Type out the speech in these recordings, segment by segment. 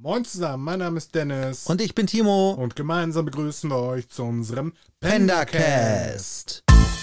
Moin zusammen, mein Name ist Dennis. Und ich bin Timo. Und gemeinsam begrüßen wir euch zu unserem Pendacast.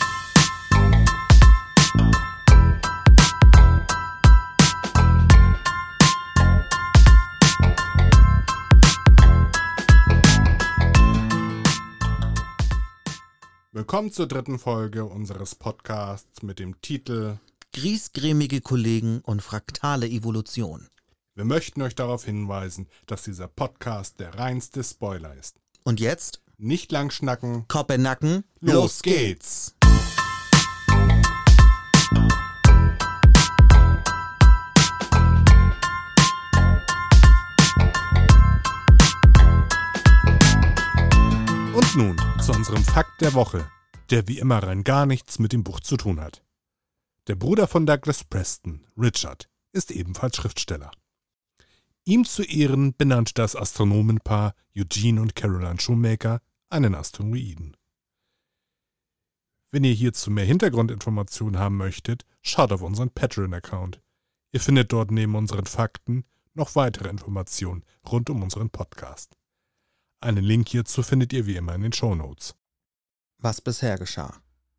Willkommen zur dritten Folge unseres Podcasts mit dem Titel Griesgrämige Kollegen und fraktale Evolution. Wir möchten euch darauf hinweisen, dass dieser Podcast der reinste Spoiler ist. Und jetzt? Nicht lang schnacken. Koppenacken. Los geht's! Und nun zu unserem Fakt der Woche, der wie immer rein gar nichts mit dem Buch zu tun hat. Der Bruder von Douglas Preston, Richard, ist ebenfalls Schriftsteller. Ihm zu Ehren benannte das Astronomenpaar Eugene und Caroline Shoemaker einen Asteroiden. Wenn ihr hierzu mehr Hintergrundinformationen haben möchtet, schaut auf unseren Patreon-Account. Ihr findet dort neben unseren Fakten noch weitere Informationen rund um unseren Podcast. Einen Link hierzu findet ihr wie immer in den Shownotes. Was bisher geschah.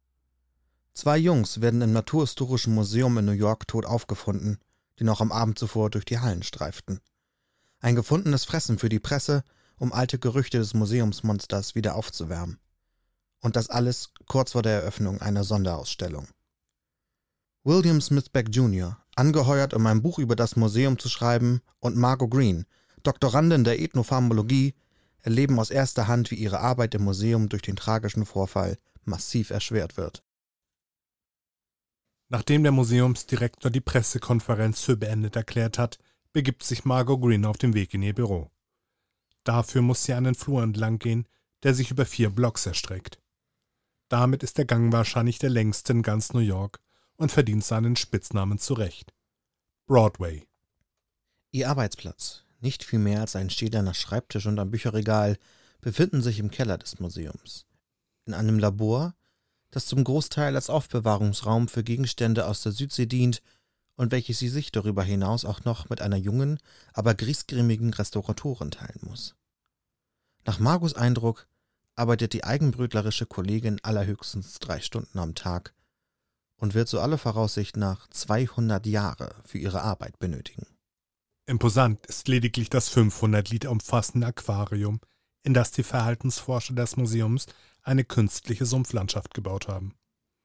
2 Jungs werden im Naturhistorischen Museum in New York tot aufgefunden, die noch am Abend zuvor durch die Hallen streiften. Ein gefundenes Fressen für die Presse, um alte Gerüchte des Museumsmonsters wieder aufzuwärmen. Und das alles kurz vor der Eröffnung einer Sonderausstellung. William Smithbeck Jr., angeheuert, um ein Buch über das Museum zu schreiben, und Margot Green, Doktorandin der Ethnopharmologie, erleben aus erster Hand, wie ihre Arbeit im Museum durch den tragischen Vorfall massiv erschwert wird. Nachdem der Museumsdirektor die Pressekonferenz für beendet erklärt hat, begibt sich Margot Green auf den Weg in ihr Büro. Dafür muss sie einen Flur entlang gehen, der sich über 4 Blocks erstreckt. Damit ist der Gang wahrscheinlich der längste in ganz New York und verdient seinen Spitznamen zurecht. Broadway. Ihr Arbeitsplatz, nicht viel mehr als ein stählerner Schreibtisch und ein Bücherregal, befinden sich im Keller des Museums. In einem Labor, das zum Großteil als Aufbewahrungsraum für Gegenstände aus der Südsee dient und welches sie sich darüber hinaus auch noch mit einer jungen, aber griesgrämigen Restauratorin teilen muss. Nach Margots Eindruck arbeitet die eigenbrötlerische Kollegin allerhöchstens 3 Stunden am Tag und wird so aller Voraussicht nach 200 Jahre für ihre Arbeit benötigen. Imposant ist lediglich das 500 Liter umfassende Aquarium, in das die Verhaltensforscher des Museums eine künstliche Sumpflandschaft gebaut haben.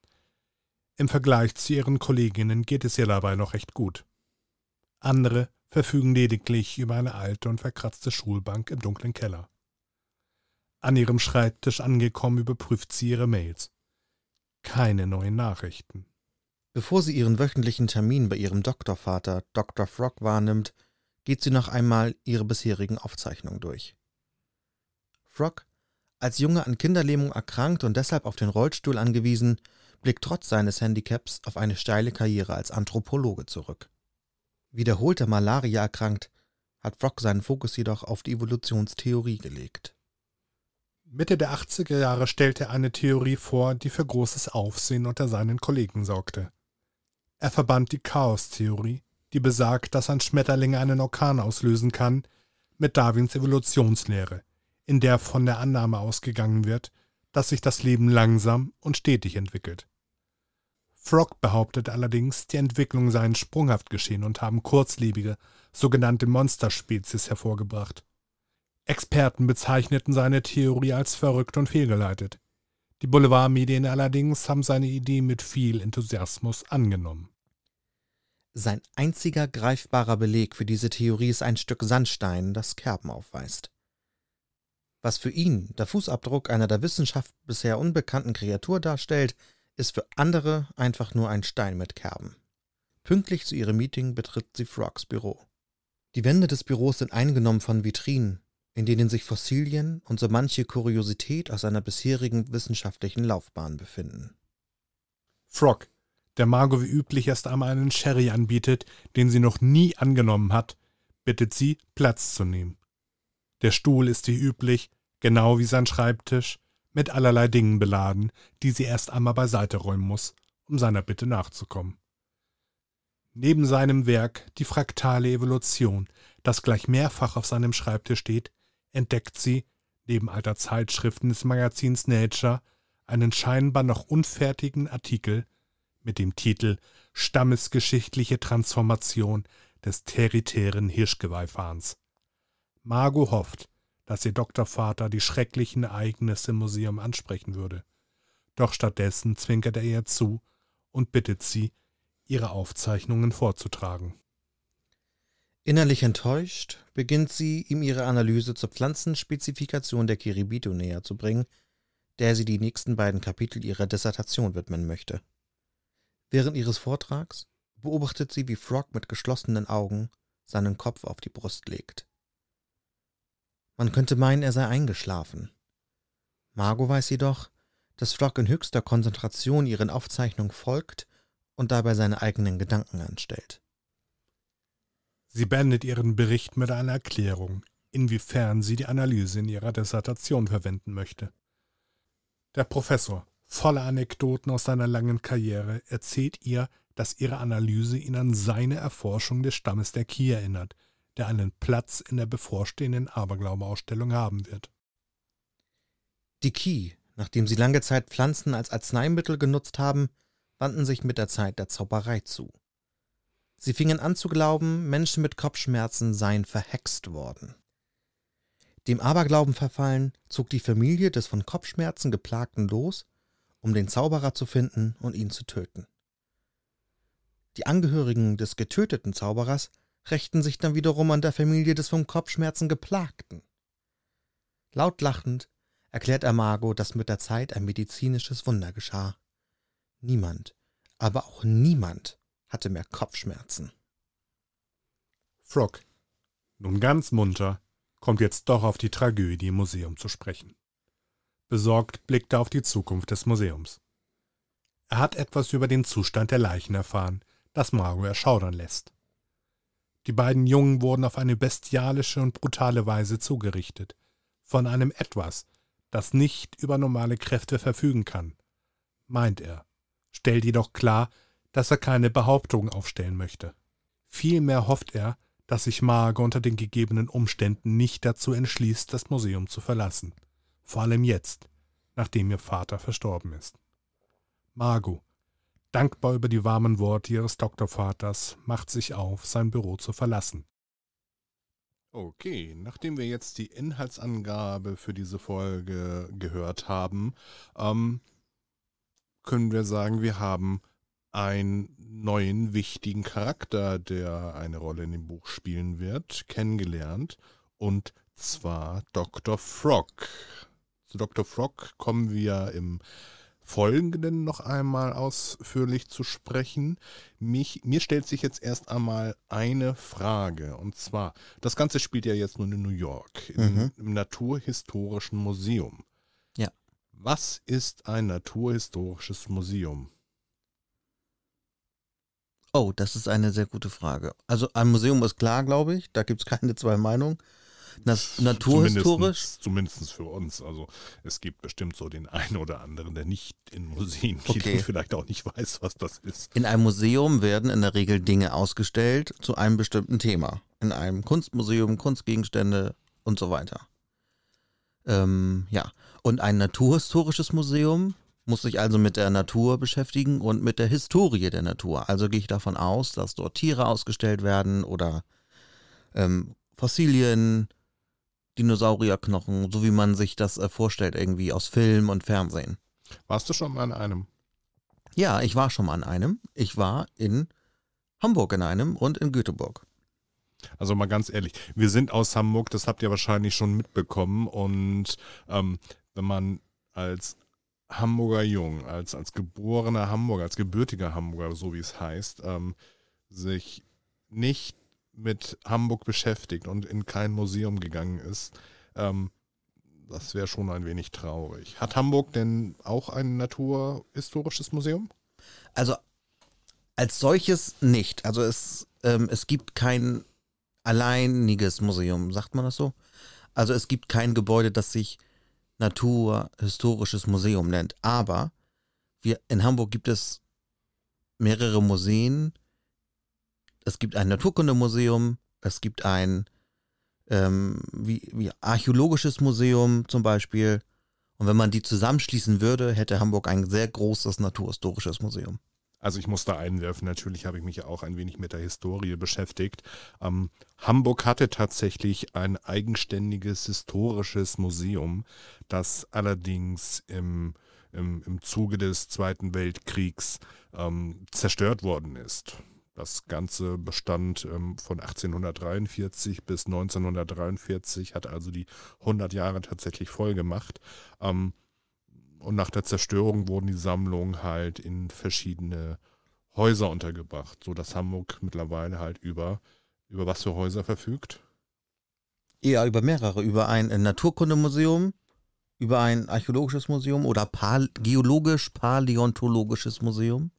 Im Vergleich zu ihren Kolleginnen geht es ihr dabei noch recht gut. Andere verfügen lediglich über eine alte und verkratzte Schulbank im dunklen Keller. An ihrem Schreibtisch angekommen, überprüft sie ihre Mails. Keine neuen Nachrichten. Bevor sie ihren wöchentlichen Termin bei ihrem Doktorvater, Dr. Frog, wahrnimmt, geht sie noch einmal ihre bisherigen Aufzeichnungen durch. Frog, als Junge an Kinderlähmung erkrankt und deshalb auf den Rollstuhl angewiesen, blickt trotz seines Handicaps auf eine steile Karriere als Anthropologe zurück. Wiederholt an Malaria erkrankt, hat Frog seinen Fokus jedoch auf die Evolutionstheorie gelegt. Mitte der 80er Jahre stellte er eine Theorie vor, die für großes Aufsehen unter seinen Kollegen sorgte. Er verband die Chaos-Theorie, die besagt, dass ein Schmetterling einen Orkan auslösen kann, mit Darwins Evolutionslehre, in der von der Annahme ausgegangen wird, dass sich das Leben langsam und stetig entwickelt. Frog behauptet allerdings, die Entwicklungen seien sprunghaft geschehen und haben kurzlebige, sogenannte Monsterspezies hervorgebracht. Experten bezeichneten seine Theorie als verrückt und fehlgeleitet. Die Boulevardmedien allerdings haben seine Idee mit viel Enthusiasmus angenommen. Sein einziger greifbarer Beleg für diese Theorie ist ein Stück Sandstein, das Kerben aufweist. Was für ihn der Fußabdruck einer der Wissenschaft bisher unbekannten Kreatur darstellt, ist für andere einfach nur ein Stein mit Kerben. Pünktlich zu ihrem Meeting betritt sie Frogs Büro. Die Wände des Büros sind eingenommen von Vitrinen, in denen sich Fossilien und so manche Kuriosität aus seiner bisherigen wissenschaftlichen Laufbahn befinden. Frog, der Margot wie üblich erst einmal einen Sherry anbietet, den sie noch nie angenommen hat, bittet sie, Platz zu nehmen. Der Stuhl ist wie üblich, genau wie sein Schreibtisch, mit allerlei Dingen beladen, die sie erst einmal beiseite räumen muss, um seiner Bitte nachzukommen. Neben seinem Werk »Die fraktale Evolution« das gleich mehrfach auf seinem Schreibtisch steht, entdeckt sie, neben alter Zeitschriften des Magazins Nature, einen scheinbar noch unfertigen Artikel mit dem Titel »Stammesgeschichtliche Transformation des territären Hirschgeweihfahns«. Margot hofft, dass ihr Doktorvater die schrecklichen Ereignisse im Museum ansprechen würde. Doch stattdessen zwinkert er ihr zu und bittet sie, ihre Aufzeichnungen vorzutragen. Innerlich enttäuscht beginnt sie, ihm ihre Analyse zur Pflanzenspezifikation der Kiribito näher zu bringen, der sie die nächsten beiden Kapitel ihrer Dissertation widmen möchte. Während ihres Vortrags beobachtet sie, wie Frog mit geschlossenen Augen seinen Kopf auf die Brust legt. Man könnte meinen, er sei eingeschlafen. Margot weiß jedoch, dass Frog in höchster Konzentration ihren Aufzeichnungen folgt und dabei seine eigenen Gedanken anstellt. Sie beendet ihren Bericht mit einer Erklärung, inwiefern sie die Analyse in ihrer Dissertation verwenden möchte. Der Professor, voller Anekdoten aus seiner langen Karriere, erzählt ihr, dass ihre Analyse ihn an seine Erforschung des Stammes der Ki erinnert, der einen Platz in der bevorstehenden Aberglaubeausstellung haben wird. Die Ki, nachdem sie lange Zeit Pflanzen als Arzneimittel genutzt haben, wandten sich mit der Zeit der Zauberei zu. Sie fingen an zu glauben, Menschen mit Kopfschmerzen seien verhext worden. Dem Aberglauben verfallen, zog die Familie des von Kopfschmerzen Geplagten los, um den Zauberer zu finden und ihn zu töten. Die Angehörigen des getöteten Zauberers rächten sich dann wiederum an der Familie des von Kopfschmerzen Geplagten. Laut lachend erklärt er Margot, dass mit der Zeit ein medizinisches Wunder geschah. Niemand, aber auch niemand hatte mehr Kopfschmerzen. Frog, nun ganz munter, kommt jetzt doch auf die Tragödie im Museum zu sprechen. Besorgt blickt er auf die Zukunft des Museums. Er hat etwas über den Zustand der Leichen erfahren, das Margot erschaudern lässt. Die beiden Jungen wurden auf eine bestialische und brutale Weise zugerichtet, von einem Etwas, das nicht über normale Kräfte verfügen kann, meint er, stellt jedoch klar, dass er keine Behauptungen aufstellen möchte. Vielmehr hofft er, dass sich Margot unter den gegebenen Umständen nicht dazu entschließt, das Museum zu verlassen, vor allem jetzt, nachdem ihr Vater verstorben ist. Margot, dankbar über die warmen Worte ihres Doktorvaters, macht sich auf, sein Büro zu verlassen. Okay, nachdem wir jetzt die Inhaltsangabe für diese Folge gehört haben, können wir sagen, wir haben einen neuen, wichtigen Charakter, der eine Rolle in dem Buch spielen wird, kennengelernt, und zwar Dr. Frog. Zu Dr. Frog kommen wir im Folgenden noch einmal ausführlich zu sprechen. Mir stellt sich jetzt erst einmal eine Frage, und zwar, das Ganze spielt ja jetzt nun in New York, im Naturhistorischen Museum. Ja. Was ist ein naturhistorisches Museum? Oh, das ist eine sehr gute Frage. Also ein Museum ist klar, glaube ich, da gibt es keine zwei Meinungen. Das naturhistorisch? Zumindest für uns. Also es gibt bestimmt so den einen oder anderen, der nicht in Museen geht und vielleicht auch nicht weiß, was das ist. In einem Museum werden in der Regel Dinge ausgestellt zu einem bestimmten Thema. In einem Kunstmuseum, Kunstgegenstände und so weiter. Ja. Und ein naturhistorisches Museum muss sich also mit der Natur beschäftigen und mit der Historie der Natur. Also gehe ich davon aus, dass dort Tiere ausgestellt werden oder Fossilien, Dinosaurierknochen, so wie man sich das vorstellt, irgendwie aus Film und Fernsehen. Warst du schon mal an einem? Ja, ich war schon mal an einem. Ich war in Hamburg in einem und in Göteborg. Also mal ganz ehrlich, wir sind aus Hamburg, das habt ihr wahrscheinlich schon mitbekommen. Und wenn man als Hamburger Jung, als geborener Hamburger, als gebürtiger Hamburger, so wie es heißt, sich nicht mit Hamburg beschäftigt und in kein Museum gegangen ist, das wäre schon ein wenig traurig. Hat Hamburg denn auch ein naturhistorisches Museum? Also als solches nicht. Also es gibt kein alleiniges Museum, sagt man das so? Also es gibt kein Gebäude, das sich Naturhistorisches Museum nennt. Aber in Hamburg gibt es mehrere Museen. Es gibt ein Naturkundemuseum Es gibt ein wie archäologisches Museum zum Beispiel. Und wenn man die zusammenschließen würde, hätte Hamburg ein sehr großes naturhistorisches Museum. Also ich muss da einwerfen, natürlich habe ich mich auch ein wenig mit der Historie beschäftigt. Hamburg hatte tatsächlich ein eigenständiges historisches Museum, das allerdings im Zuge des Zweiten Weltkriegs zerstört worden ist. Das Ganze bestand von 1843 bis 1943, hat also die 100 Jahre tatsächlich voll gemacht. Und nach der Zerstörung wurden die Sammlungen halt in verschiedene Häuser untergebracht, sodass Hamburg mittlerweile halt über was für Häuser verfügt. Ja, über mehrere. Über ein Naturkundemuseum, über ein archäologisches Museum oder geologisch-paläontologisches Museum.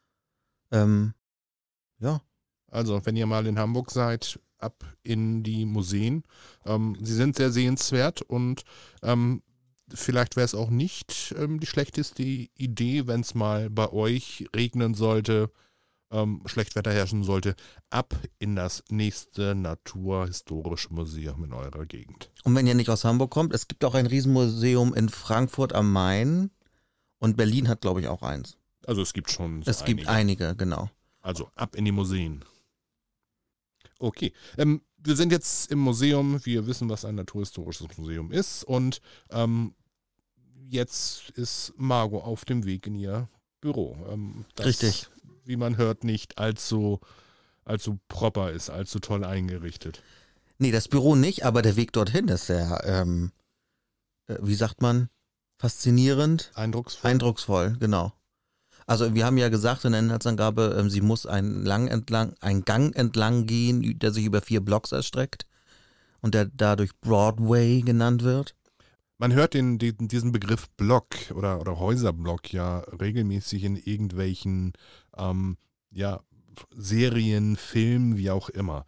Ja. Also, wenn ihr mal in Hamburg seid, ab in die Museen. Sie sind sehr sehenswert und vielleicht wäre es auch nicht die schlechteste Idee, wenn es mal bei euch regnen sollte, Schlechtwetter herrschen sollte, ab in das nächste Naturhistorische Museum in eurer Gegend. Und wenn ihr nicht aus Hamburg kommt, es gibt auch ein Riesenmuseum in Frankfurt am Main und Berlin hat, glaube ich, auch eins. Also es gibt schon so Es gibt einige, genau. Also ab in die Museen. Okay, wir sind jetzt im Museum, wir wissen, was ein naturhistorisches Museum ist und jetzt ist Margot auf dem Weg in ihr Büro. Das, Richtig. Wie man hört, nicht allzu proper ist, allzu toll eingerichtet. Nee, das Büro nicht, aber der Weg dorthin ist sehr, wie sagt man, faszinierend. Eindrucksvoll. Eindrucksvoll, genau. Also wir haben ja gesagt in der Inhaltsangabe, sie muss einen Gang entlang gehen, der sich über 4 Blocks erstreckt und der dadurch Broadway genannt wird. Man hört diesen Begriff Block oder Häuserblock ja regelmäßig in irgendwelchen Serien, Filmen, wie auch immer.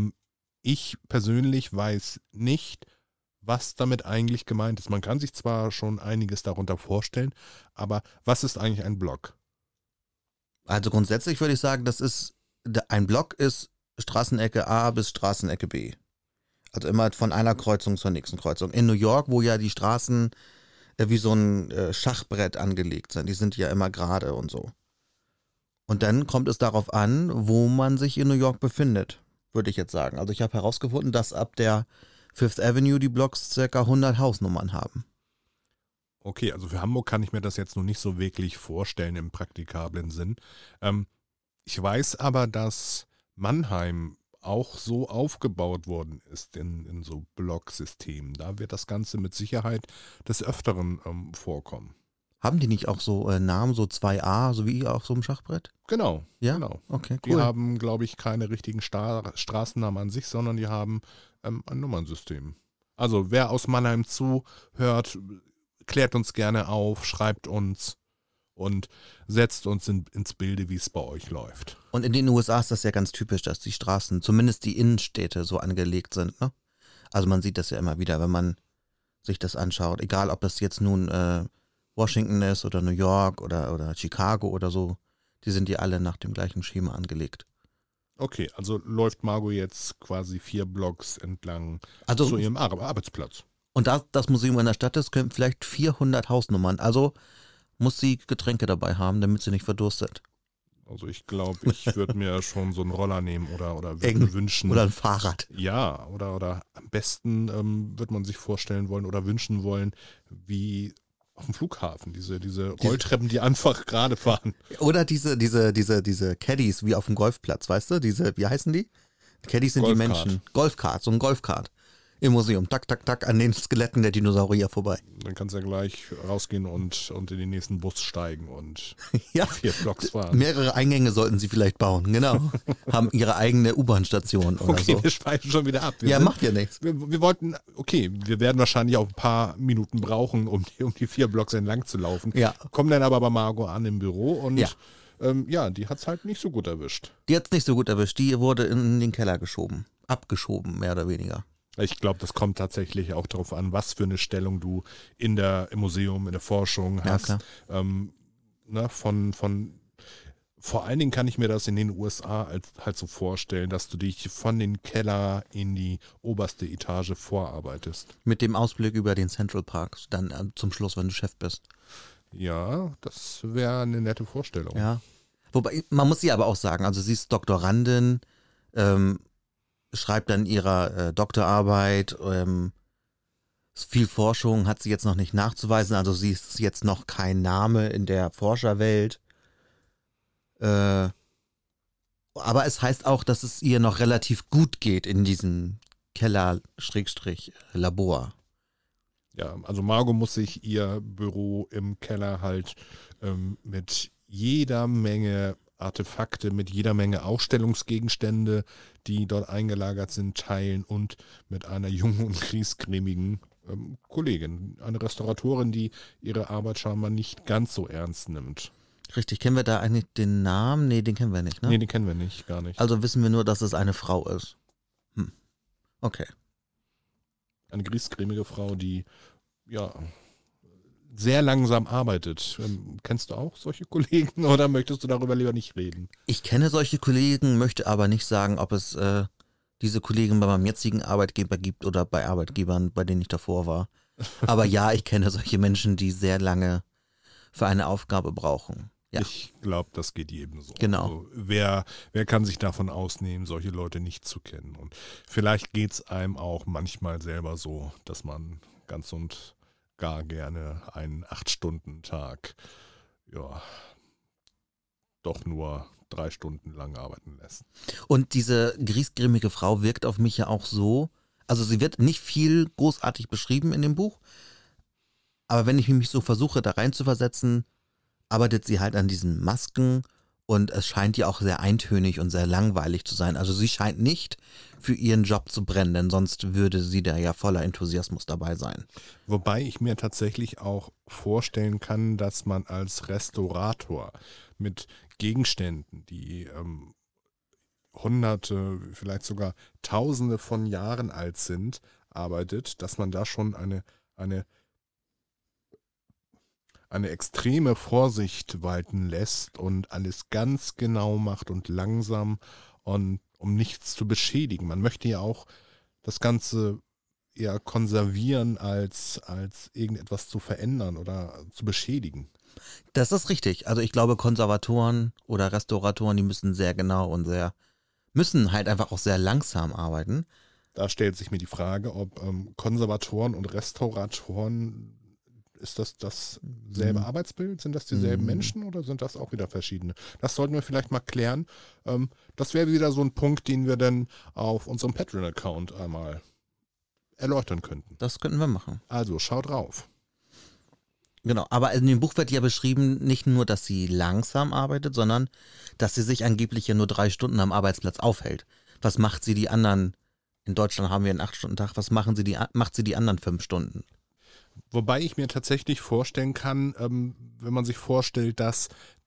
Ich persönlich weiß nicht, was damit eigentlich gemeint ist. Man kann sich zwar schon einiges darunter vorstellen, aber was ist eigentlich ein Block? Also grundsätzlich würde ich sagen, ein Block ist Straßenecke A bis Straßenecke B. Also immer von einer Kreuzung zur nächsten Kreuzung. In New York, wo ja die Straßen wie so ein Schachbrett angelegt sind, die sind ja immer gerade und so. Und dann kommt es darauf an, wo man sich in New York befindet, würde ich jetzt sagen. Also ich habe herausgefunden, dass ab der Fifth Avenue die Blocks ca. 100 Hausnummern haben. Okay, also für Hamburg kann ich mir das jetzt noch nicht so wirklich vorstellen im praktikablen Sinn. Ich weiß aber, dass Mannheim auch so aufgebaut worden ist in so Blocksystemen. Da wird das Ganze mit Sicherheit des Öfteren vorkommen. Haben die nicht auch so Namen, so 2A, so wie auf so einem Schachbrett? Genau, Ja? genau. Okay, cool. Die haben, glaube ich, keine richtigen Straßennamen an sich, sondern die haben ein Nummernsystem. Also wer aus Mannheim zuhört, klärt uns gerne auf, schreibt uns und setzt uns ins Bilde, wie es bei euch läuft. Und in den USA ist das ja ganz typisch, dass die Straßen, zumindest die Innenstädte, so angelegt sind, ne? Also man sieht das ja immer wieder, wenn man sich das anschaut. Egal, ob das jetzt nun Washington ist oder New York oder Chicago oder so. Die sind ja alle nach dem gleichen Schema angelegt. Okay, also läuft Margot jetzt quasi 4 Blocks entlang Also, zu ihrem Arbeitsplatz. Und da das Museum in der Stadt ist, können vielleicht 400 Hausnummern. Also muss sie Getränke dabei haben, damit sie nicht verdurstet. Also ich glaube, ich würde mir schon so einen Roller nehmen oder würde mir wünschen. Oder ein Fahrrad. Ja, oder am besten würde man sich vorstellen wollen oder wünschen wollen, wie auf dem Flughafen, diese Rolltreppen, die einfach gerade fahren. Oder diese Caddies wie auf dem Golfplatz, weißt du? Wie heißen die? Caddies sind die Menschen. Golfkart, so ein Golfkart. Im Museum. Tak, tak, tak, an den Skeletten der Dinosaurier vorbei. Dann kannst du ja gleich rausgehen und in den nächsten Bus steigen und ja, 4 Blocks fahren. Mehrere Eingänge sollten sie vielleicht bauen, genau. Haben ihre eigene U-Bahn-Station oder okay, so. Wir schweifen schon wieder ab. Macht ja nichts. Wir wollten, okay, wir werden wahrscheinlich auch ein paar Minuten brauchen, um die 4 Blocks entlang zu laufen. Ja. Kommen dann aber bei Margot an im Büro und die hat es halt nicht so gut erwischt. Die hat es nicht so gut erwischt. Die wurde in den Keller geschoben. Abgeschoben, mehr oder weniger. Ich glaube, das kommt tatsächlich auch darauf an, was für eine Stellung du im Museum, in der Forschung hast. Ja, klar. Von Vor allen Dingen kann ich mir das in den USA halt so vorstellen, dass du dich von den Keller in die oberste Etage vorarbeitest. Mit dem Ausblick über den Central Park, dann zum Schluss, wenn du Chef bist. Ja, das wäre eine nette Vorstellung. Ja. Wobei, man muss sie aber auch sagen, also sie ist Doktorandin, schreibt dann ihre Doktorarbeit, viel Forschung hat sie jetzt noch nicht nachzuweisen, also sie ist jetzt noch kein Name in der Forscherwelt. Aber es heißt auch, dass es ihr noch relativ gut geht in diesem Keller-Labor. Ja, also Margot muss sich ihr Büro im Keller halt mit jeder Menge Artefakte, mit jeder Menge Ausstellungsgegenstände, die dort eingelagert sind, teilen und mit einer jungen und griesgrämigen Kollegin, eine Restauratorin, die ihre Arbeit scheinbar nicht ganz so ernst nimmt. Richtig, kennen wir da eigentlich den Namen? Nee, den kennen wir nicht, ne? Nee, den kennen wir nicht, gar nicht. Also wissen wir nur, dass es eine Frau ist. Okay. Eine griesgrämige Frau, die ja sehr langsam arbeitet. Kennst du auch solche Kollegen oder möchtest du darüber lieber nicht reden? Ich kenne solche Kollegen, möchte aber nicht sagen, ob es diese Kollegen bei meinem jetzigen Arbeitgeber gibt oder bei Arbeitgebern, bei denen ich davor war. Aber ja, ich kenne solche Menschen, die sehr lange für eine Aufgabe brauchen. Ja. Ich glaube, das geht jedem so. Genau. Also, wer kann sich davon ausnehmen, solche Leute nicht zu kennen? Und vielleicht geht es einem auch manchmal selber so, dass man ganz und gar gerne einen 8-Stunden-Tag doch nur 3 Stunden lang arbeiten lässt. Und diese griesgrämige Frau wirkt auf mich ja auch so, also sie wird nicht viel großartig beschrieben in dem Buch, aber wenn ich mich so versuche, da rein zu versetzen, arbeitet sie halt an diesen Masken und es scheint ihr auch sehr eintönig und sehr langweilig zu sein. Also sie scheint nicht für ihren Job zu brennen, denn sonst würde sie da ja voller Enthusiasmus dabei sein. Wobei ich mir tatsächlich auch vorstellen kann, dass man als Restaurator mit Gegenständen, die Hunderte, vielleicht sogar Tausende von Jahren alt sind, arbeitet, dass man da schon eine extreme Vorsicht walten lässt und alles ganz genau macht und langsam, und um nichts zu beschädigen. Man möchte ja auch das Ganze eher konservieren, als irgendetwas zu verändern oder zu beschädigen. Das ist richtig. Also ich glaube, Konservatoren oder Restauratoren, die müssen sehr genau und müssen halt einfach auch sehr langsam arbeiten. Da stellt sich mir die Frage, ob Konservatoren und Restauratoren, ist das dasselbe Arbeitsbild? Sind das dieselben Menschen oder sind das auch wieder verschiedene? Das sollten wir vielleicht mal klären. Das wäre wieder so ein Punkt, den wir dann auf unserem Patreon-Account einmal erläutern könnten. Das könnten wir machen. Also schaut drauf. Genau, aber in dem Buch wird ja beschrieben, nicht nur, dass sie langsam arbeitet, sondern dass sie sich angeblich ja nur 3 Stunden am Arbeitsplatz aufhält. Was macht sie die anderen? In Deutschland haben wir einen 8-Stunden-Tag. Was macht sie die anderen 5 Stunden? Wobei ich mir tatsächlich vorstellen kann, wenn man sich vorstellt, dass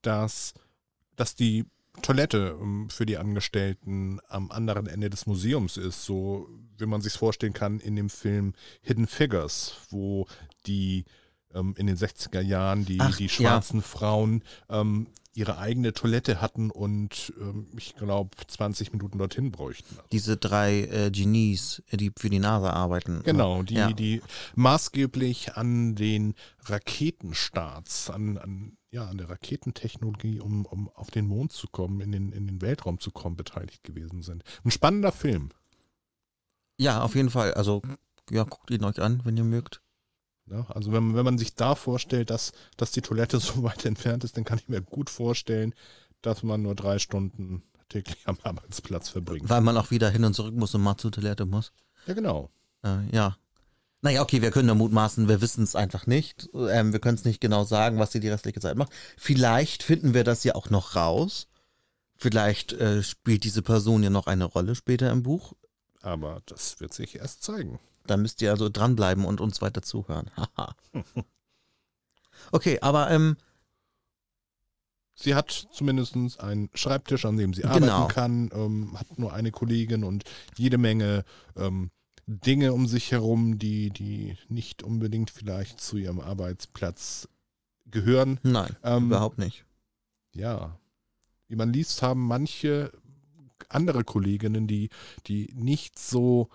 die Toilette für die Angestellten am anderen Ende des Museums ist, so wie man sich vorstellen kann in dem Film Hidden Figures, wo die in den 60er Jahren die schwarzen Frauen ihre eigene Toilette hatten und ich glaube 20 Minuten dorthin bräuchten. Diese 3 Genies, die für die NASA arbeiten. Genau, die maßgeblich an den Raketenstarts, an der Raketentechnologie, um auf den Mond zu kommen, in den Weltraum zu kommen, beteiligt gewesen sind. Ein spannender Film. Ja, auf jeden Fall. Also, ja, guckt ihn euch an, wenn ihr mögt. Ja, also wenn man sich da vorstellt, dass die Toilette so weit entfernt ist, dann kann ich mir gut vorstellen, dass man nur 3 Stunden täglich am Arbeitsplatz verbringt. Weil man auch wieder hin und zurück muss und mal zur Toilette muss. Ja, genau. Ja. Naja, okay, wir können da mutmaßen, wir wissen es einfach nicht. Wir können es nicht genau sagen, was sie die restliche Zeit macht. Vielleicht finden wir das ja auch noch raus. Vielleicht spielt diese Person ja noch eine Rolle später im Buch. Aber das wird sich erst zeigen. Da müsst ihr also dranbleiben und uns weiter zuhören. Haha. Okay, aber sie hat zumindest einen Schreibtisch, an dem sie arbeiten kann, hat nur eine Kollegin und jede Menge Dinge um sich herum, die nicht unbedingt vielleicht zu ihrem Arbeitsplatz gehören. Nein, überhaupt nicht. Ja, Wie man liest, haben manche andere Kolleginnen, die nicht so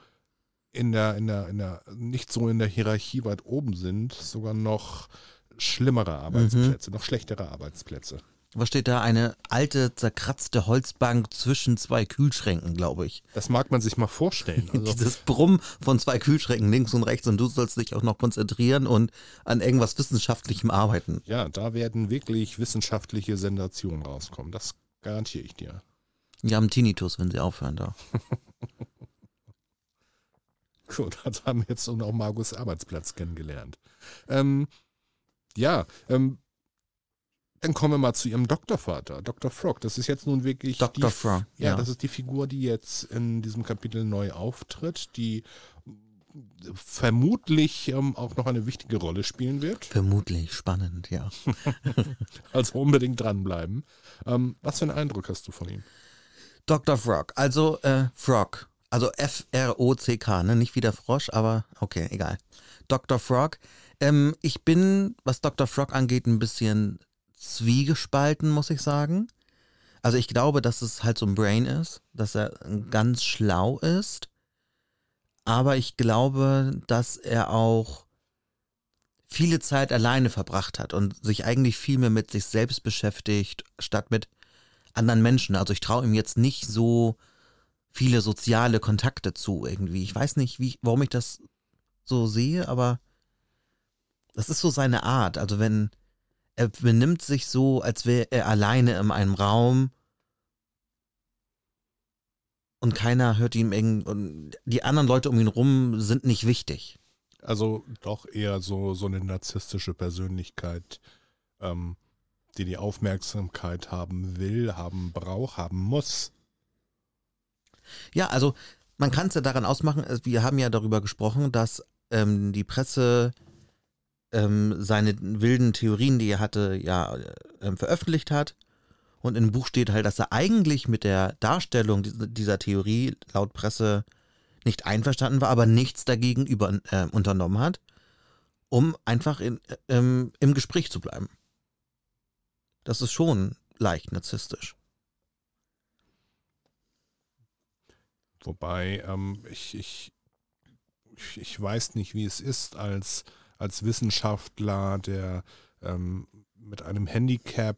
nicht so in der Hierarchie weit oben sind, sogar noch schlimmere Arbeitsplätze, noch schlechtere Arbeitsplätze. Was steht da? Eine alte, zerkratzte Holzbank zwischen zwei Kühlschränken, glaube ich. Das mag man sich mal vorstellen. Also, Dieses Brummen von zwei Kühlschränken links und rechts und du sollst dich auch noch konzentrieren und an irgendwas Wissenschaftlichem arbeiten. ja, da werden wirklich wissenschaftliche Sensationen rauskommen. Das garantiere ich dir. Die haben Tinnitus, wenn sie aufhören da. Gut, das haben wir jetzt auch Margus Arbeitsplatz kennengelernt. Dann kommen wir mal zu ihrem Doktorvater, Dr. Frog. Das ist jetzt nun wirklich Dr. Frog, ja, das ist die Figur, die jetzt in diesem Kapitel neu auftritt, die vermutlich auch noch eine wichtige Rolle spielen wird. Vermutlich, spannend, ja. Also unbedingt dranbleiben. Was für einen Eindruck hast du von ihm? Dr. Frog, also Frog, also F-R-O-C-K, ne? Nicht wie der Frosch, aber okay, egal. Dr. Frog. Ich bin, was Dr. Frog angeht, ein bisschen zwiegespalten, muss ich sagen. Also ich glaube, dass es halt so ein Brain ist, dass er ganz schlau ist, aber ich glaube, dass er auch viele Zeit alleine verbracht hat und sich eigentlich viel mehr mit sich selbst beschäftigt, statt mit anderen Menschen. Also ich traue ihm jetzt nicht so viele soziale Kontakte zu irgendwie. Ich weiß nicht, warum ich das so sehe, aber das ist so seine Art. Also er benimmt sich so, als wäre er alleine in einem Raum und keiner hört ihm und die anderen Leute um ihn rum sind nicht wichtig. Also doch eher so eine narzisstische Persönlichkeit, die Aufmerksamkeit haben will, haben braucht, haben muss. Ja, also man kann es ja daran ausmachen, wir haben ja darüber gesprochen, dass die Presse seine wilden Theorien, die er hatte, ja veröffentlicht hat. Und im Buch steht halt, dass er eigentlich mit der Darstellung dieser Theorie laut Presse nicht einverstanden war, aber nichts dagegen unternommen hat, um einfach im Gespräch zu bleiben. Das ist schon leicht narzisstisch. Wobei ich weiß nicht, wie es ist als Wissenschaftler, der mit einem Handicap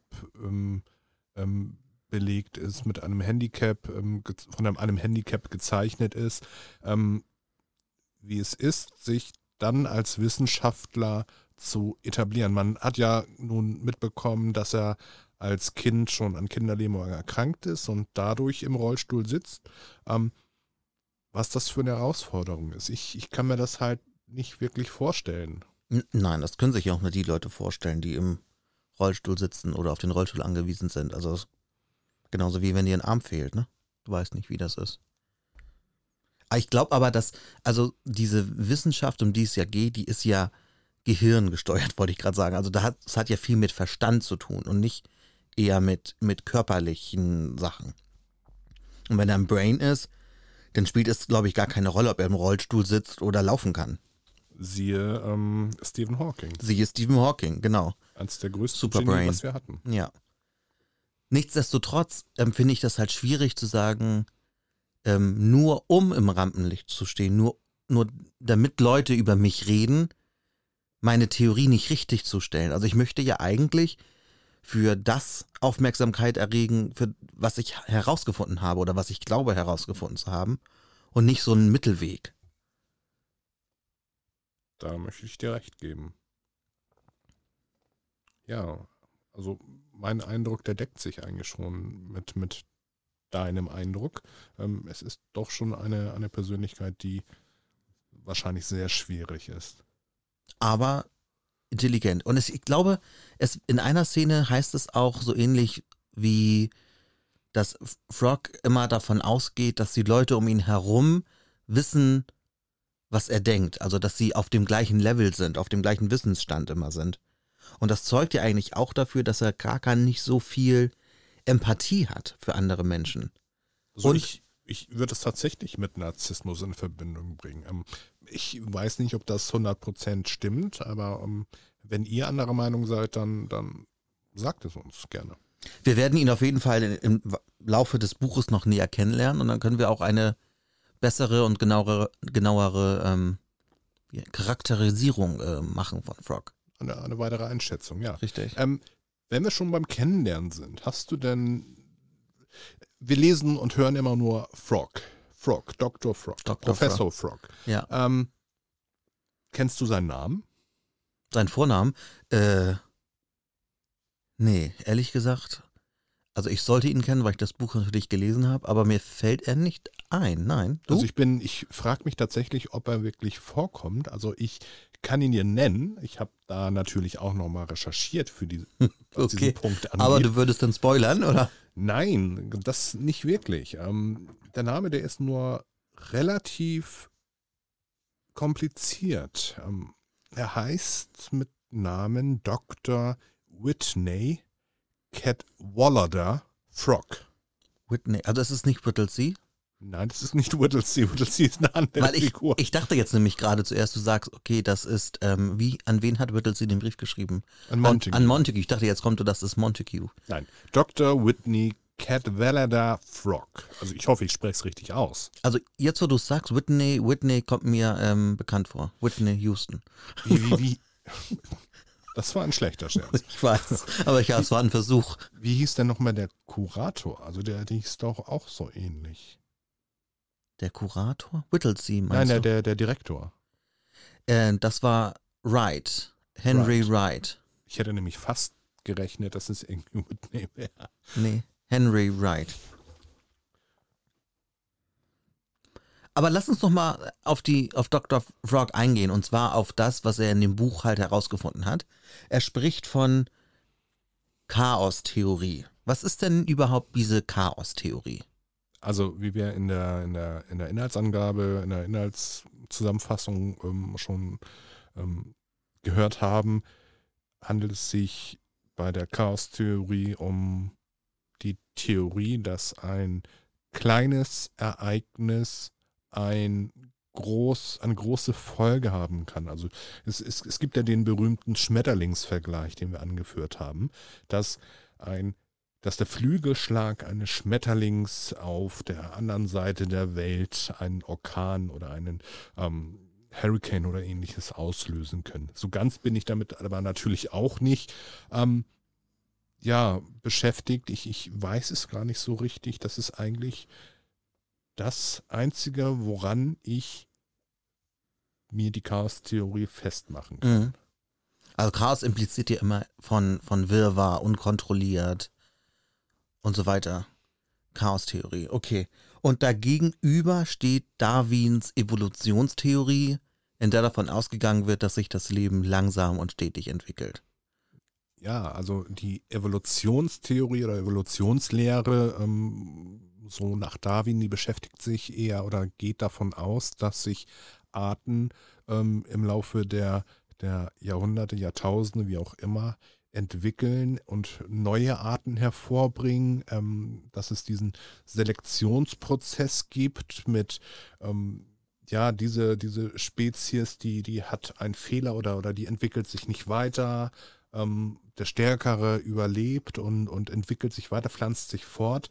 belegt ist, mit einem Handicap, von einem Handicap gezeichnet ist, wie es ist, sich dann als Wissenschaftler zu etablieren. Man hat ja nun mitbekommen, dass er als Kind schon an Kinderlähmung erkrankt ist und dadurch im Rollstuhl sitzt. Was das für eine Herausforderung ist. Ich kann mir das halt nicht wirklich vorstellen. Nein, das können sich auch nur die Leute vorstellen, die im Rollstuhl sitzen oder auf den Rollstuhl angewiesen sind. Also genauso wie wenn dir ein Arm fehlt, ne? Du weißt nicht, wie das ist. Ich glaube aber, dass, also diese Wissenschaft, um die es ja geht, die ist ja gehirngesteuert, wollte ich gerade sagen. Also das hat ja viel mit Verstand zu tun und nicht eher mit körperlichen Sachen. Und wenn er ein Brain ist, dann spielt es, glaube ich, gar keine Rolle, ob er im Rollstuhl sitzt oder laufen kann. Siehe Stephen Hawking. Siehe Stephen Hawking, genau. Eines der größten Superbrain, Genie, was wir hatten. Ja. Nichtsdestotrotz empfinde ich das halt schwierig zu sagen, nur um im Rampenlicht zu stehen, nur damit Leute über mich reden, meine Theorie nicht richtig zu stellen. Also ich möchte ja eigentlich für das Aufmerksamkeit erregen, für was ich herausgefunden habe oder was ich glaube herausgefunden zu haben und nicht so einen Mittelweg. Da möchte ich dir recht geben. Ja, also mein Eindruck, der deckt sich eigentlich schon mit deinem Eindruck. Es ist doch schon eine Persönlichkeit, die wahrscheinlich sehr schwierig ist. Aber intelligent. Und ich glaube, in einer Szene heißt es auch so ähnlich wie, dass Frog immer davon ausgeht, dass die Leute um ihn herum wissen, was er denkt. Also, dass sie auf dem gleichen Level sind, auf dem gleichen Wissensstand immer sind. Und das zeugt ja eigentlich auch dafür, dass er gar nicht so viel Empathie hat für andere Menschen. Also und ich würde es tatsächlich mit Narzissmus in Verbindung bringen. Ich weiß nicht, ob das 100% stimmt, aber wenn ihr anderer Meinung seid, dann sagt es uns gerne. Wir werden ihn auf jeden Fall im Laufe des Buches noch näher kennenlernen und dann können wir auch eine bessere und genauere Charakterisierung machen von Frog. Eine weitere Einschätzung, ja. Richtig. Wenn wir schon beim Kennenlernen sind, hast du denn, wir lesen und hören immer nur Frog, Dr. Frog, Professor Frog. Ja. Kennst du seinen Namen? Sein Vornamen? Nee, ehrlich gesagt. Also ich sollte ihn kennen, weil ich das Buch natürlich gelesen habe, aber mir fällt er nicht ein. Nein. Du? Also ich frage mich tatsächlich, ob er wirklich vorkommt. Also ich kann ihn dir nennen. Ich habe da natürlich auch nochmal recherchiert für was diesen Punkt angeht. Aber du würdest dann spoilern, oder? Nein, das nicht wirklich. Der Name, der ist nur relativ kompliziert. Er heißt mit Namen Dr. Whitney Cadwallader Frog. Whitney, also es ist nicht Whittlesey? Nein, das ist nicht Whittlesey. Whittlesey ist eine andere Figur. Ich dachte jetzt nämlich gerade zuerst, du sagst, okay, das ist, an wen hat Whittlesey den Brief geschrieben? An Montague. An Montague. Ich dachte, jetzt kommt das ist Montague. Nein, Dr. Whitney Cadwallader Frog. Also ich hoffe, ich spreche es richtig aus. Also jetzt, wo du es sagst, Whitney kommt mir bekannt vor. Whitney Houston. Wie? Das war ein schlechter Scherz. Ich weiß, aber ja, es war ein Versuch. Wie hieß denn nochmal der Kurator? Also der hieß doch auch so ähnlich. Der Kurator? Whittlesey, meinst du? Nein, der Direktor. Das war Wright. Henry Wright. Ich hätte nämlich fast gerechnet, dass es irgendwie Whitney wäre. Nee, Henry Wright. Aber lass uns noch mal auf Dr. Frog eingehen, und zwar auf das, was er in dem Buch halt herausgefunden hat. Er spricht von Chaostheorie. Was ist denn überhaupt diese Chaostheorie? Also wie wir in der Inhaltsangabe, in der Inhaltszusammenfassung schon gehört haben, handelt es sich bei der Chaostheorie um die Theorie, dass ein kleines Ereignis eine große Folge haben kann. Also es gibt ja den berühmten Schmetterlingsvergleich, den wir angeführt haben, dass der Flügelschlag eines Schmetterlings auf der anderen Seite der Welt einen Orkan oder einen Hurricane oder ähnliches auslösen können. So ganz bin ich damit aber natürlich auch nicht beschäftigt. Ich weiß es gar nicht so richtig. Das ist eigentlich das Einzige, woran ich mir die Chaos-Theorie festmachen kann. Mhm. Also Chaos impliziert ja immer von Wirrwarr, unkontrolliert und so weiter. Chaos-Theorie, okay. Und dagegenüber steht Darwins Evolutionstheorie, in der davon ausgegangen wird, dass sich das Leben langsam und stetig entwickelt. Ja, also die Evolutionstheorie oder Evolutionslehre, so nach Darwin, die beschäftigt sich eher oder geht davon aus, dass sich Arten im Laufe der Jahrhunderte, Jahrtausende, wie auch immer, entwickeln und neue Arten hervorbringen, dass es diesen Selektionsprozess gibt mit diese Spezies, die hat einen Fehler oder die entwickelt sich nicht weiter, der Stärkere überlebt und entwickelt sich weiter, pflanzt sich fort.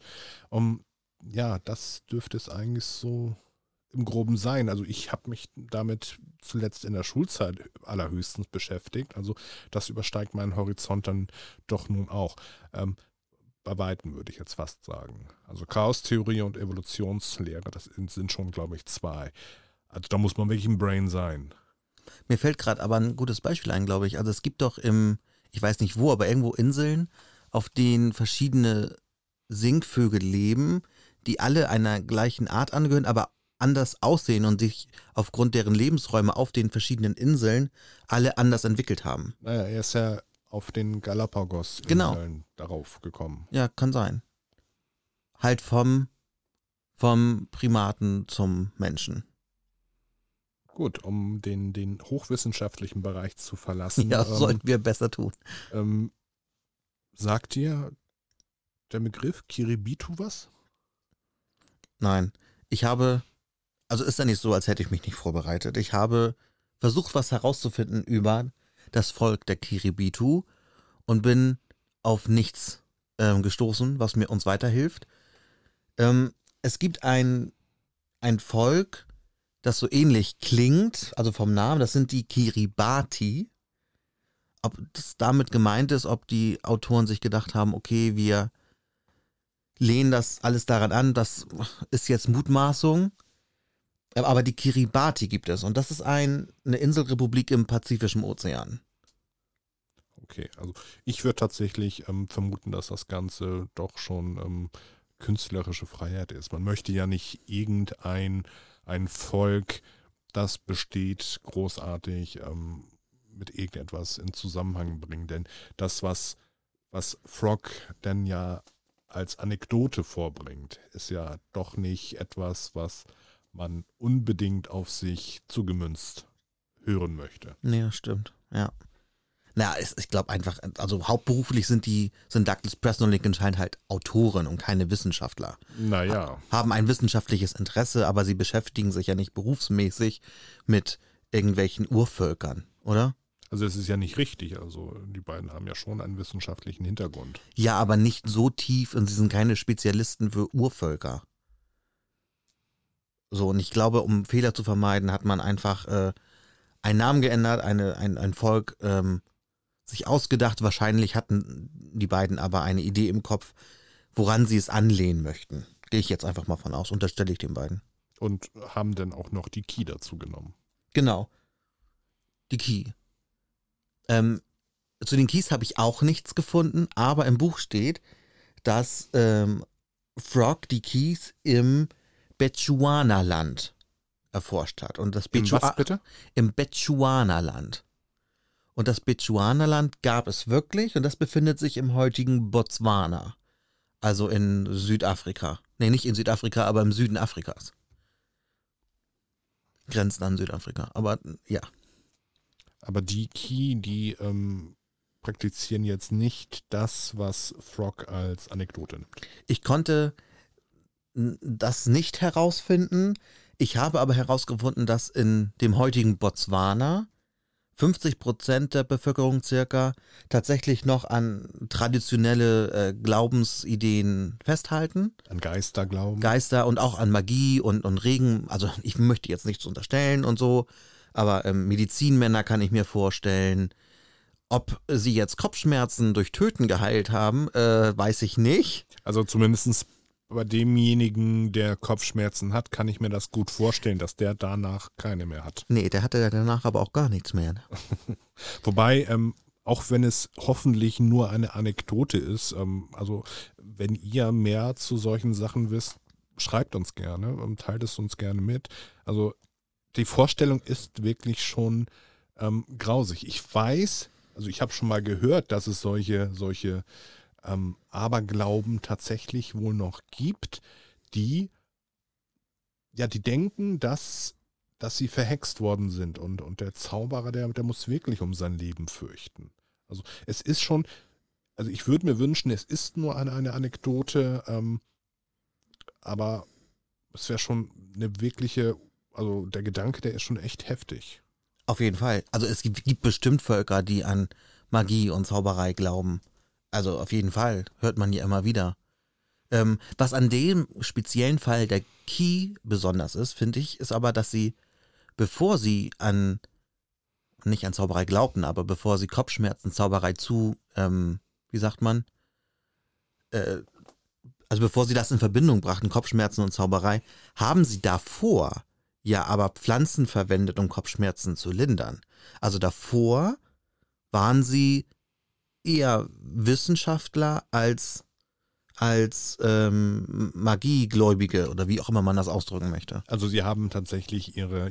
Das dürfte es eigentlich so im Groben sein. Also ich habe mich damit zuletzt in der Schulzeit allerhöchstens beschäftigt. Also das übersteigt meinen Horizont dann doch nun auch. Bei Weitem würde ich jetzt fast sagen. Also Chaostheorie und Evolutionslehre, das sind schon, glaube ich, zwei. Also da muss man wirklich ein Brain sein. Mir fällt gerade aber ein gutes Beispiel ein, glaube ich. Also es gibt doch ich weiß nicht wo, aber irgendwo Inseln, auf denen verschiedene Singvögel leben, die alle einer gleichen Art angehören, aber anders aussehen und sich aufgrund deren Lebensräume auf den verschiedenen Inseln alle anders entwickelt haben. Naja, er ist ja auf den Galapagos-Inseln darauf gekommen. Ja, kann sein. Halt vom Primaten zum Menschen. Gut, um den hochwissenschaftlichen Bereich zu verlassen. Ja, sollten wir besser tun. Sagt dir der Begriff Kiribitu was? Nein, also ist ja nicht so, als hätte ich mich nicht vorbereitet. Ich habe versucht, was herauszufinden über das Volk der Kiribitu und bin auf nichts gestoßen, was mir uns weiterhilft. Es gibt ein Volk, das so ähnlich klingt, also vom Namen, das sind die Kiribati. Ob das damit gemeint ist, ob die Autoren sich gedacht haben, okay, wir lehnen das alles daran an, das ist jetzt Mutmaßung. Aber die Kiribati gibt es und das ist eine Inselrepublik im Pazifischen Ozean. Okay, also ich würde tatsächlich vermuten, dass das Ganze doch schon künstlerische Freiheit ist. Man möchte ja nicht ein Volk, das besteht, großartig mit irgendetwas in Zusammenhang bringen. Denn das, was Frog denn ja als Anekdote vorbringt, ist ja doch nicht etwas, was man unbedingt auf sich zugemünzt hören möchte. Ja, stimmt, ja. Na, ich glaube einfach, also hauptberuflich sind Douglas Preston und Lincoln Child halt Autoren und keine Wissenschaftler. Naja. Haben ein wissenschaftliches Interesse, aber sie beschäftigen sich ja nicht berufsmäßig mit irgendwelchen Urvölkern, oder? Also es ist ja nicht richtig, also die beiden haben ja schon einen wissenschaftlichen Hintergrund. Ja, aber nicht so tief und sie sind keine Spezialisten für Urvölker. So, und ich glaube, um Fehler zu vermeiden, hat man einfach einen Namen geändert, ein Volk sich ausgedacht. Wahrscheinlich hatten die beiden aber eine Idee im Kopf, woran sie es anlehnen möchten. Gehe ich jetzt einfach mal von aus, unterstelle ich den beiden. Und haben dann auch noch die Key dazu genommen. Genau. Die Key. Zu den Keys habe ich auch nichts gefunden, aber im Buch steht, dass Frog die Keys im Bechuanaland erforscht hat. Und das Was bitte? Im Bechuanaland. Und das Bechuanaland gab es wirklich und das befindet sich im heutigen Botswana. Also in Südafrika. Nee, nicht in Südafrika, aber im Süden Afrikas. Grenzt an Südafrika. Aber ja. Aber die Key, die praktizieren jetzt nicht das, was Frog als Anekdote nimmt. Ich konnte das nicht herausfinden. Ich habe aber herausgefunden, dass in dem heutigen Botswana 50% der Bevölkerung circa tatsächlich noch an traditionelle Glaubensideen festhalten. An Geister glauben. Geister und auch an Magie und Regen. Also ich möchte jetzt nichts unterstellen und so, aber Medizinmänner kann ich mir vorstellen. Ob sie jetzt Kopfschmerzen durch Töten geheilt haben, weiß ich nicht. Also zumindest bei demjenigen, der Kopfschmerzen hat, kann ich mir das gut vorstellen, dass der danach keine mehr hat. Nee, der hatte danach aber auch gar nichts mehr. Wobei, auch wenn es hoffentlich nur eine Anekdote ist, also wenn ihr mehr zu solchen Sachen wisst, schreibt uns gerne und teilt es uns gerne mit. Also die Vorstellung ist wirklich schon grausig. Ich weiß, also ich habe schon mal gehört, dass es solche Aberglauben tatsächlich wohl noch gibt, die denken, dass sie verhext worden sind und der Zauberer, der muss wirklich um sein Leben fürchten. Also es ist schon, also ich würde mir wünschen, es ist nur eine Anekdote, aber es wäre schon eine wirkliche, also der Gedanke, der ist schon echt heftig. Auf jeden Fall. Also es gibt bestimmt Völker, die an Magie und Zauberei glauben. Also auf jeden Fall, hört man ja immer wieder. Was an dem speziellen Fall der Key besonders ist, finde ich, ist aber, dass sie, bevor sie nicht an Zauberei glaubten, aber bevor sie Kopfschmerzen, Zauberei wie sagt man, also bevor sie das in Verbindung brachten, Kopfschmerzen und Zauberei, haben sie davor ja aber Pflanzen verwendet, um Kopfschmerzen zu lindern. Also davor waren sie eher Wissenschaftler als Magiegläubige oder wie auch immer man das ausdrücken möchte. Also sie haben tatsächlich ihre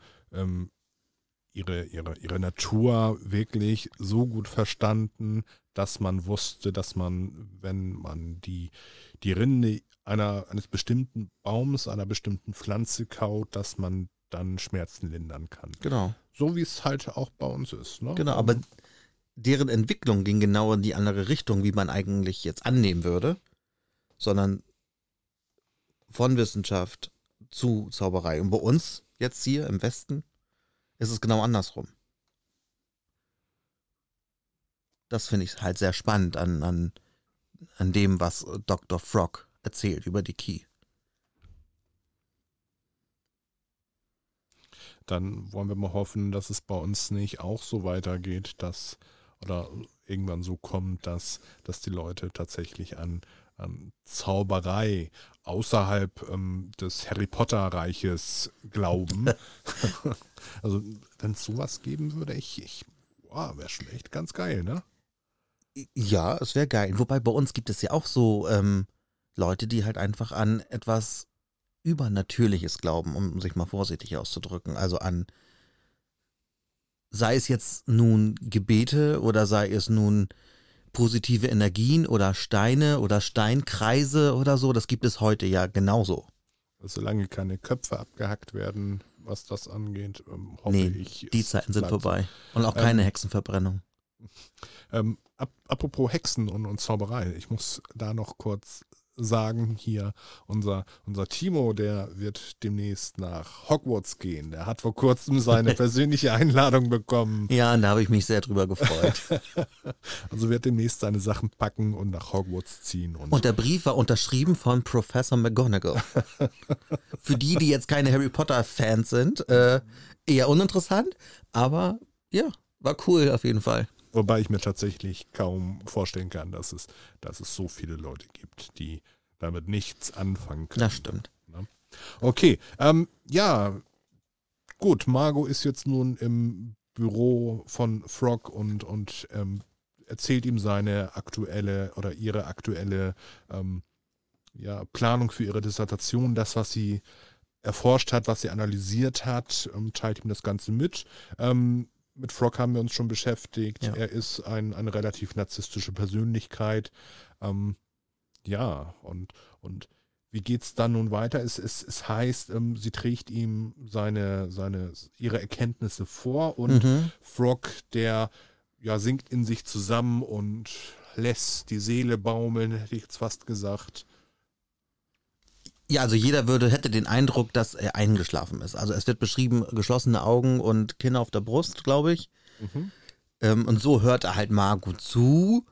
Natur wirklich so gut verstanden, dass man wusste, dass man, wenn man die Rinde eines bestimmten Baums, einer bestimmten Pflanze kaut, dass man dann Schmerzen lindern kann. Genau. So wie es halt auch bei uns ist. Ne? Genau, aber deren Entwicklung ging genau in die andere Richtung, wie man eigentlich jetzt annehmen würde, sondern von Wissenschaft zu Zauberei. Und bei uns jetzt hier im Westen ist es genau andersrum. Das finde ich halt sehr spannend an an dem, was Dr. Frog erzählt über die Key. Dann wollen wir mal hoffen, dass es bei uns nicht auch so weitergeht, oder irgendwann so kommt, dass die Leute tatsächlich an Zauberei außerhalb des Harry Potter-Reiches glauben. Also, wenn es sowas geben würde, wäre schon echt ganz geil, ne? Ja, es wäre geil. Wobei bei uns gibt es ja auch so Leute, die halt einfach an etwas Übernatürliches glauben, um sich mal vorsichtig auszudrücken. Also sei es jetzt nun Gebete oder sei es nun positive Energien oder Steine oder Steinkreise oder so, das gibt es heute ja genauso. Solange keine Köpfe abgehackt werden, was das angeht, hoffe ich. Die Zeiten sind vorbei. Und auch keine Hexenverbrennung. Apropos Hexen und Zauberei, ich muss da noch kurz sagen, hier unser Timo, der wird demnächst nach Hogwarts gehen. Der hat vor kurzem seine persönliche Einladung bekommen. Ja, und da habe ich mich sehr drüber gefreut. Also wird demnächst seine Sachen packen und nach Hogwarts ziehen. Und der Brief war unterschrieben von Professor McGonagall. Für die jetzt keine Harry Potter-Fans sind, eher uninteressant, aber ja, war cool auf jeden Fall. Wobei ich mir tatsächlich kaum vorstellen kann, dass es so viele Leute gibt, die damit nichts anfangen können. Das stimmt. Okay, ja, gut, Margot ist jetzt nun im Büro von Frog und erzählt ihm ihre aktuelle Planung für ihre Dissertation, das, was sie erforscht hat, was sie analysiert hat, teilt ihm das Ganze mit. Mit Frog haben wir uns schon beschäftigt. Ja. Er ist eine relativ narzisstische Persönlichkeit. Und wie geht's dann nun weiter? Es heißt, sie trägt ihm ihre Erkenntnisse vor und Frog, der sinkt in sich zusammen und lässt die Seele baumeln, hätte ich jetzt fast gesagt. Ja, also jeder hätte den Eindruck, dass er eingeschlafen ist. Also es wird beschrieben, geschlossene Augen und Kinn auf der Brust, glaube ich. Und so hört er halt Margot zu.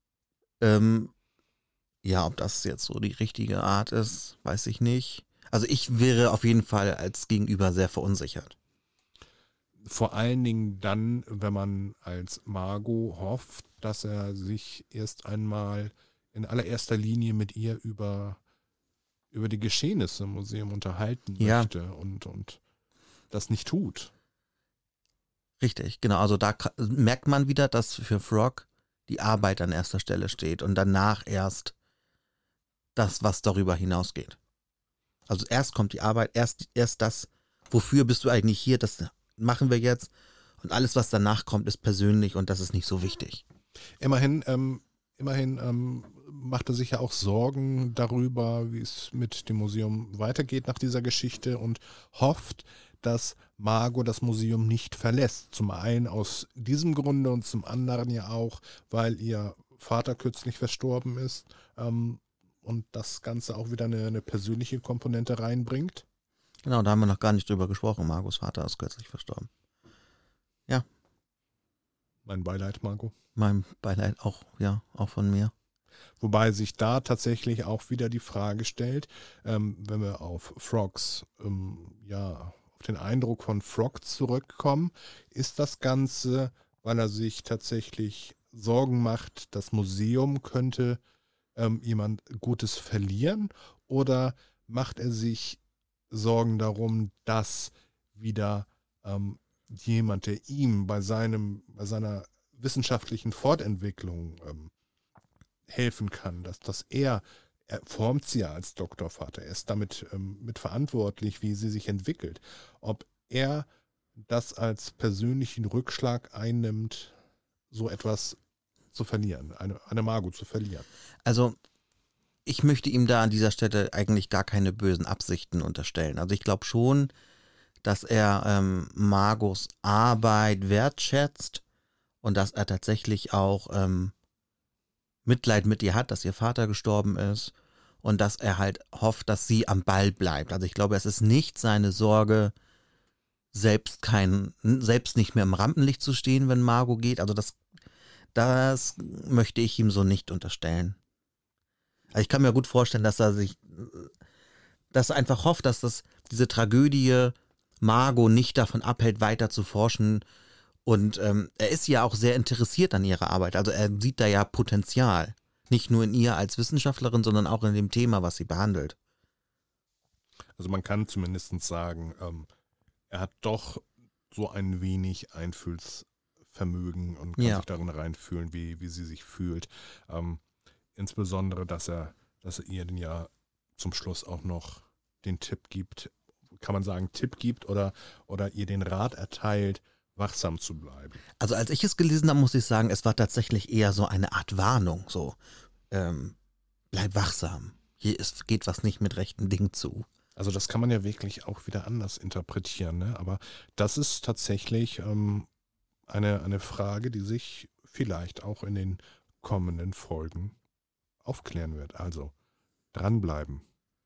Ob das jetzt so die richtige Art ist, weiß ich nicht. Also ich wäre auf jeden Fall als Gegenüber sehr verunsichert. Vor allen Dingen dann, wenn man als Margot hofft, dass er sich erst einmal in allererster Linie mit ihr über die Geschehnisse im Museum unterhalten möchte und das nicht tut. Richtig, genau. Also da merkt man wieder, dass für Frog die Arbeit an erster Stelle steht und danach erst das, was darüber hinausgeht. Also erst kommt die Arbeit, erst das, wofür bist du eigentlich hier, das machen wir jetzt und alles, was danach kommt, ist persönlich und das ist nicht so wichtig. Immerhin macht er sich ja auch Sorgen darüber, wie es mit dem Museum weitergeht nach dieser Geschichte und hofft, dass Margot das Museum nicht verlässt. Zum einen aus diesem Grunde und zum anderen ja auch, weil ihr Vater kürzlich verstorben ist und das Ganze auch wieder eine persönliche Komponente reinbringt. Genau, da haben wir noch gar nicht drüber gesprochen. Margots Vater ist kürzlich verstorben. Ja. Mein Beileid, Margot. Mein Beileid auch, auch von mir. Wobei sich da tatsächlich auch wieder die Frage stellt, wenn wir auf Frogs, auf den Eindruck von Frog zurückkommen, ist das Ganze, weil er sich tatsächlich Sorgen macht, das Museum könnte jemand Gutes verlieren, oder macht er sich Sorgen darum, dass wieder jemand, der ihm bei seiner wissenschaftlichen Fortentwicklung helfen kann, dass er formt sie ja als Doktorvater, er ist damit mit verantwortlich, wie sie sich entwickelt. Ob er das als persönlichen Rückschlag einnimmt, so etwas zu verlieren, eine Margot zu verlieren. Also ich möchte ihm da an dieser Stelle eigentlich gar keine bösen Absichten unterstellen. Also ich glaube schon, dass er Margots Arbeit wertschätzt und dass er tatsächlich auch Mitleid mit ihr hat, dass ihr Vater gestorben ist und dass er halt hofft, dass sie am Ball bleibt. Also ich glaube, es ist nicht seine Sorge, selbst nicht mehr im Rampenlicht zu stehen, wenn Margot geht. Also das möchte ich ihm so nicht unterstellen. Also ich kann mir gut vorstellen, dass er einfach hofft, dass diese Tragödie Margot nicht davon abhält, weiter zu forschen. Und er ist ja auch sehr interessiert an ihrer Arbeit. Also er sieht da ja Potenzial. Nicht nur in ihr als Wissenschaftlerin, sondern auch in dem Thema, was sie behandelt. Also man kann zumindest sagen, er hat doch so ein wenig Einfühlsvermögen und kann sich darin reinfühlen, wie sie sich fühlt. Insbesondere, dass er ihr dann ja zum Schluss auch noch den Tipp gibt, kann man sagen, Tipp gibt oder ihr den Rat erteilt, wachsam zu bleiben. Also als ich es gelesen habe, muss ich sagen, es war tatsächlich eher so eine Art Warnung, so, bleib wachsam, hier geht was nicht mit rechten Dingen zu. Also das kann man ja wirklich auch wieder anders interpretieren, ne? Aber das ist tatsächlich eine Frage, die sich vielleicht auch in den kommenden Folgen aufklären wird. Also dranbleiben.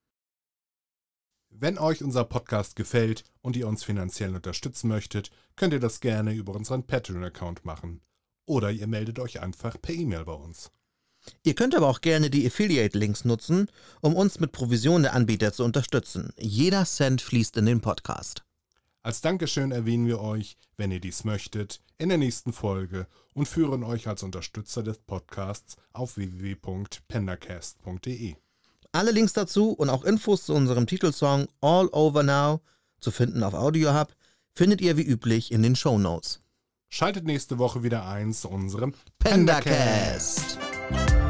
Wenn euch unser Podcast gefällt und ihr uns finanziell unterstützen möchtet, könnt ihr das gerne über unseren Patreon-Account machen. Oder ihr meldet euch einfach per E-Mail bei uns. Ihr könnt aber auch gerne die Affiliate-Links nutzen, um uns mit Provision der Anbieter zu unterstützen. Jeder Cent fließt in den Podcast. Als Dankeschön erwähnen wir euch, wenn ihr dies möchtet, in der nächsten Folge und führen euch als Unterstützer des Podcasts auf www.pendacast.de. Alle Links dazu und auch Infos zu unserem Titelsong All Over Now, zu finden auf AudioHub, findet ihr wie üblich in den Shownotes. Schaltet nächste Woche wieder ein zu unserem Pendacast.